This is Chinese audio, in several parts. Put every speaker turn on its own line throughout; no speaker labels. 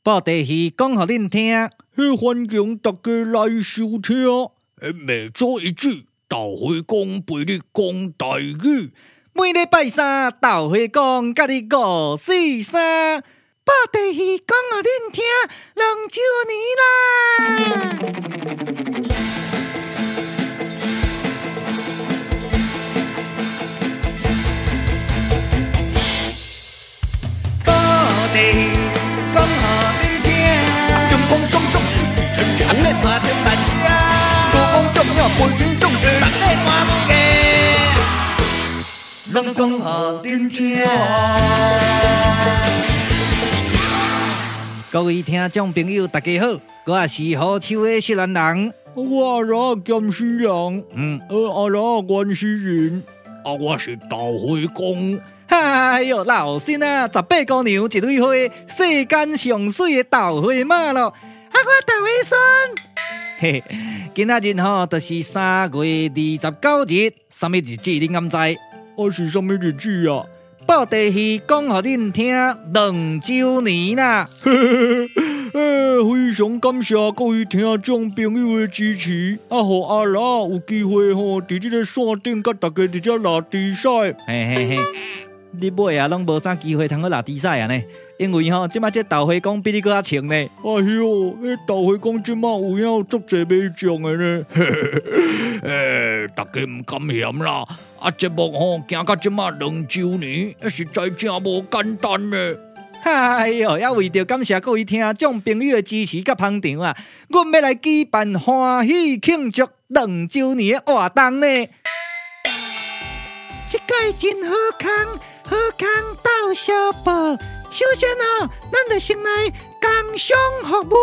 报地戏讲互恁听，
欢迎大家来收听。每周一句，豆花公陪你讲台语。
每礼拜三豆花公甲你五四三，报地戏讲互恁听，2周年啦！地戏讲互恁听，
阳光爽爽，水气清凉，
红日花千万只，
多讲重要，陪钱种地，
十个花母个，拢讲互恁听。各位听众朋友，大家好，我是好手的小男人，
我啦咸湿人，啦原始人，我是豆花公。
哎哟，老身啊，18姑娘一蕊花，世间上水的豆花妈咯。我豆花孙，嘿，今仔日吼，就是3月29日，什么日子恁敢知？
是什么日子啊？
报地戏讲互恁听，2周年啦！
非常感谢各位听众朋友的支持，互阿拉有机会吼，伫这个线顶甲大家直接拉比赛。
嘿嘿嘿。你尾啊，拢无啥机会通去拉比赛啊呢？因为吼，即马这豆花公比你搁较强呢。
哎哟，豆花公即马有影足侪买奖的呢。大家唔敢嫌啦。节目吼行到即马2周年，实在真无简单呢。
哎哟，也为着感谢各位听众朋友的支持甲捧场啊，阮要来举办欢喜庆祝2周年的活动呢。这届真好康。好康到小报，首先咱就先来工商服务。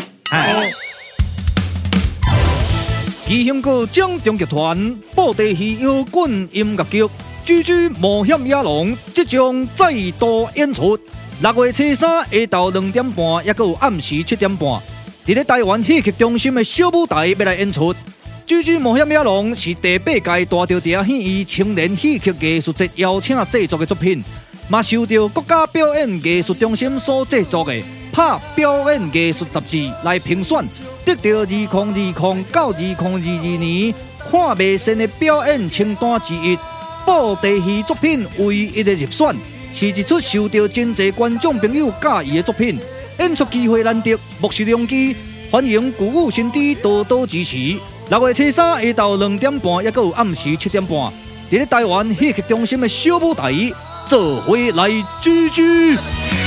基兴国奖中剧团报地戏摇滚音乐剧《猪猪冒险野狼》即将再度演出。6月初3下昼2点半，也有暗时7点半，伫咧台湾戏剧中心的小舞台要来演出。《猪猪冒险野狼》是第8届大条条戏院青年戏剧艺术节邀请制作的作品，嘛受到国家表演艺术中心所制作的《拍表演艺术杂志》来评选，得到2020到2022年看袂胜的表演清单之一。报地戏作品唯一的入选，是一出受到真侪观众朋友喜意的作品。演出机会难得，莫是良机，欢迎鼓舞身体，多多支持。6月初3下晝2點半，也有暗時7點半，伫咧台灣戲劇中心的小舞台，做伙來聚聚。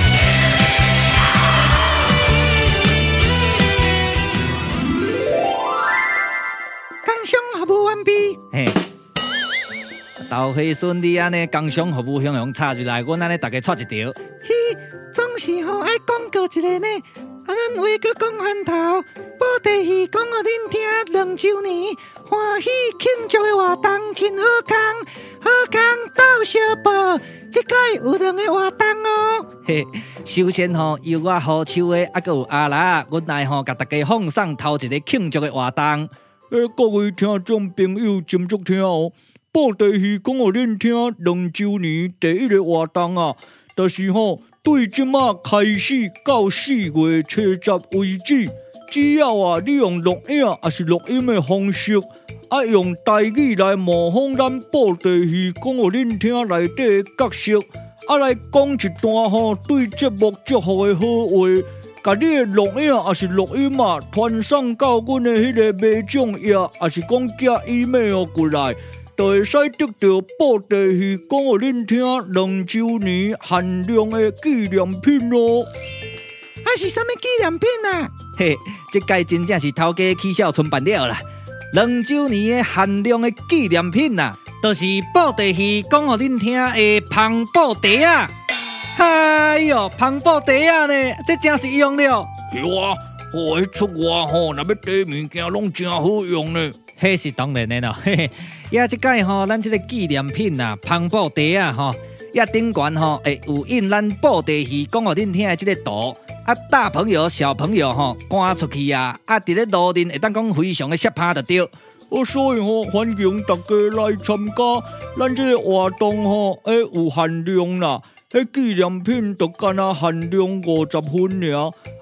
工商服務完畢，嘿，豆花順利安尼，工商服務向向插入來，阮安尼大家插一條。嘿，總是愛廣告一個呢。咱話閣講翻頭，報地戲講互恁聽2周年，歡喜慶祝的活動真好康，好康到小報，這屆有2個活動哦。嘿，首先由我好手的，還有阿拉，阮來甲大家放送頭一個慶祝的活動。
各位聽眾朋友斟酌聽哦，報地戲講互恁聽2周年第一個活動啊，就是對即馬開始到4月初10為止，只要你用錄影還是錄音的方式，用台語來模仿咱報地戲講互恁聽內底的角色，來講一段對節目祝福的好話，甲你的錄影還是錄音傳送到阮的迄個賣獎頁，還是講寄 email 過來。就會使得到報地戲講互恁聽2周年限量的紀念品咯。
是啥物紀念品啊？嘿，這屆真正是頭家起小春辦了啦！2周年的限量的紀念品啦，就是報地戲講互恁聽的芳寶茶啊！哎喲，芳寶茶啊呢，這真是用了。
有啊，迄出外若要茶物件攏真好用呢。
迄是當然的咯，嘿嘿。也這屆咱這個紀念品啊，芳寶茶啊，也頂懸會有印咱報地戲講互恁聽的這個圖，大朋友小朋友趕出去啊，佇咧路面會當講非常的適拍就對。
所以歡迎大家來參加，咱這個活動有限量啦，迄紀念品就干那限量50份爾，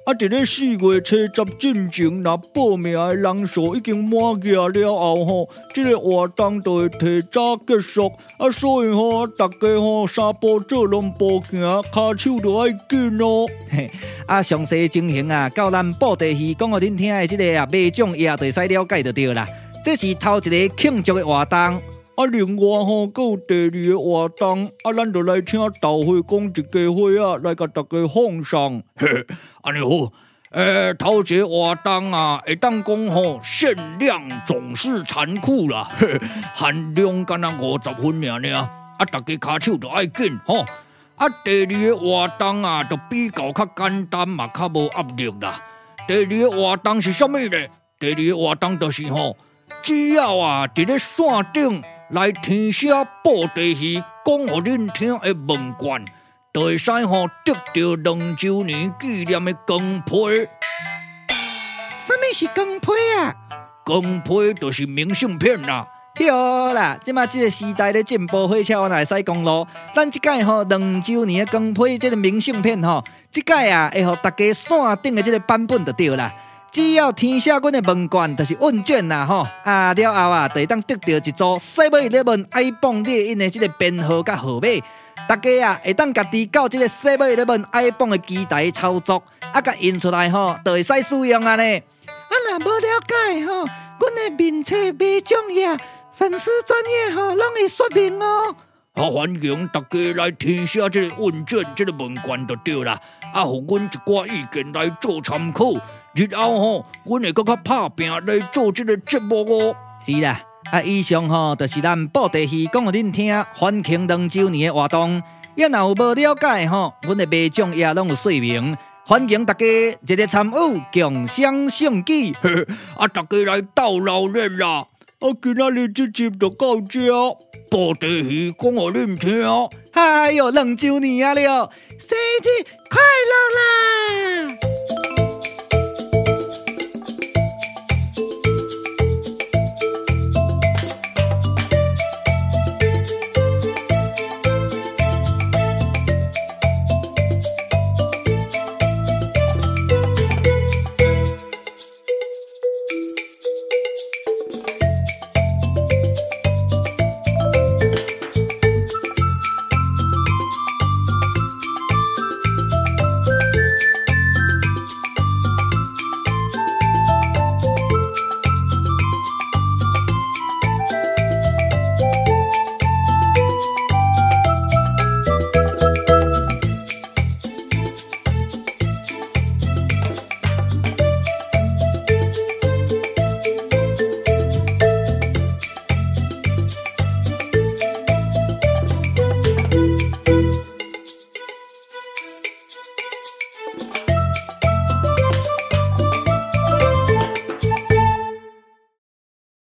伫咧4月初10进前，若报名的人数已经满额了后吼，这个活动就会提早结束。所以吼，大家吼3步做2步行，骹手就爱紧哦。
详细情形到咱布袋戏讲互恁听的这个卖奖页就使了解就对啦。这是头一个庆祝的活动。
另外吼，还有第2个活动，咱就来请豆花讲一家话来甲大家奉上。
安尼好，头一个活动会当讲吼，限量总是残酷啦，限量敢若50分尔，大家骹手就爱紧吼。第2个活动就比较较简单嘛，较无压力啦。第2个活动是啥物呢？第2个活动就是吼，只要伫咧线顶来填写布袋戏讲互恁听的问卷，就会使吼得到2周年纪念的光批。
什么是光批啊？
光批就是明信片啦。
对啦，即马这个时代咧进步火车，我哪会使讲咯？咱即届吼2周年的光批这个明信片吼，即届会互大家线顶的这个版本就对啦。只要填写阮的问卷，就是问卷啦吼，了后就会当得到一组 7-Eleven iPhone 列印的这个编号甲号码。大家会当家己到这个 7-Eleven iPhone 的机台操作，甲印出来吼，就会使使用呢。若无了解吼，阮的面册卖奖页、粉丝专页吼，拢会说明哦。
欢迎大家来填写这个问卷、这个问卷就对啦。互阮一寡意见来做参考，日后吼，阮会更较拍拼来做这个节目哦。
是啦，以上吼就是咱布袋戏讲互恁听，欢庆2周年的活动。若有无了解吼，阮的卖奖页拢有说明，欢迎大家热烈参与，共襄盛举。
大家来斗闹热啦！
今仔日这集就到这。
布袋戏讲互恁听。
哎哟，2周年了，生日快乐啦！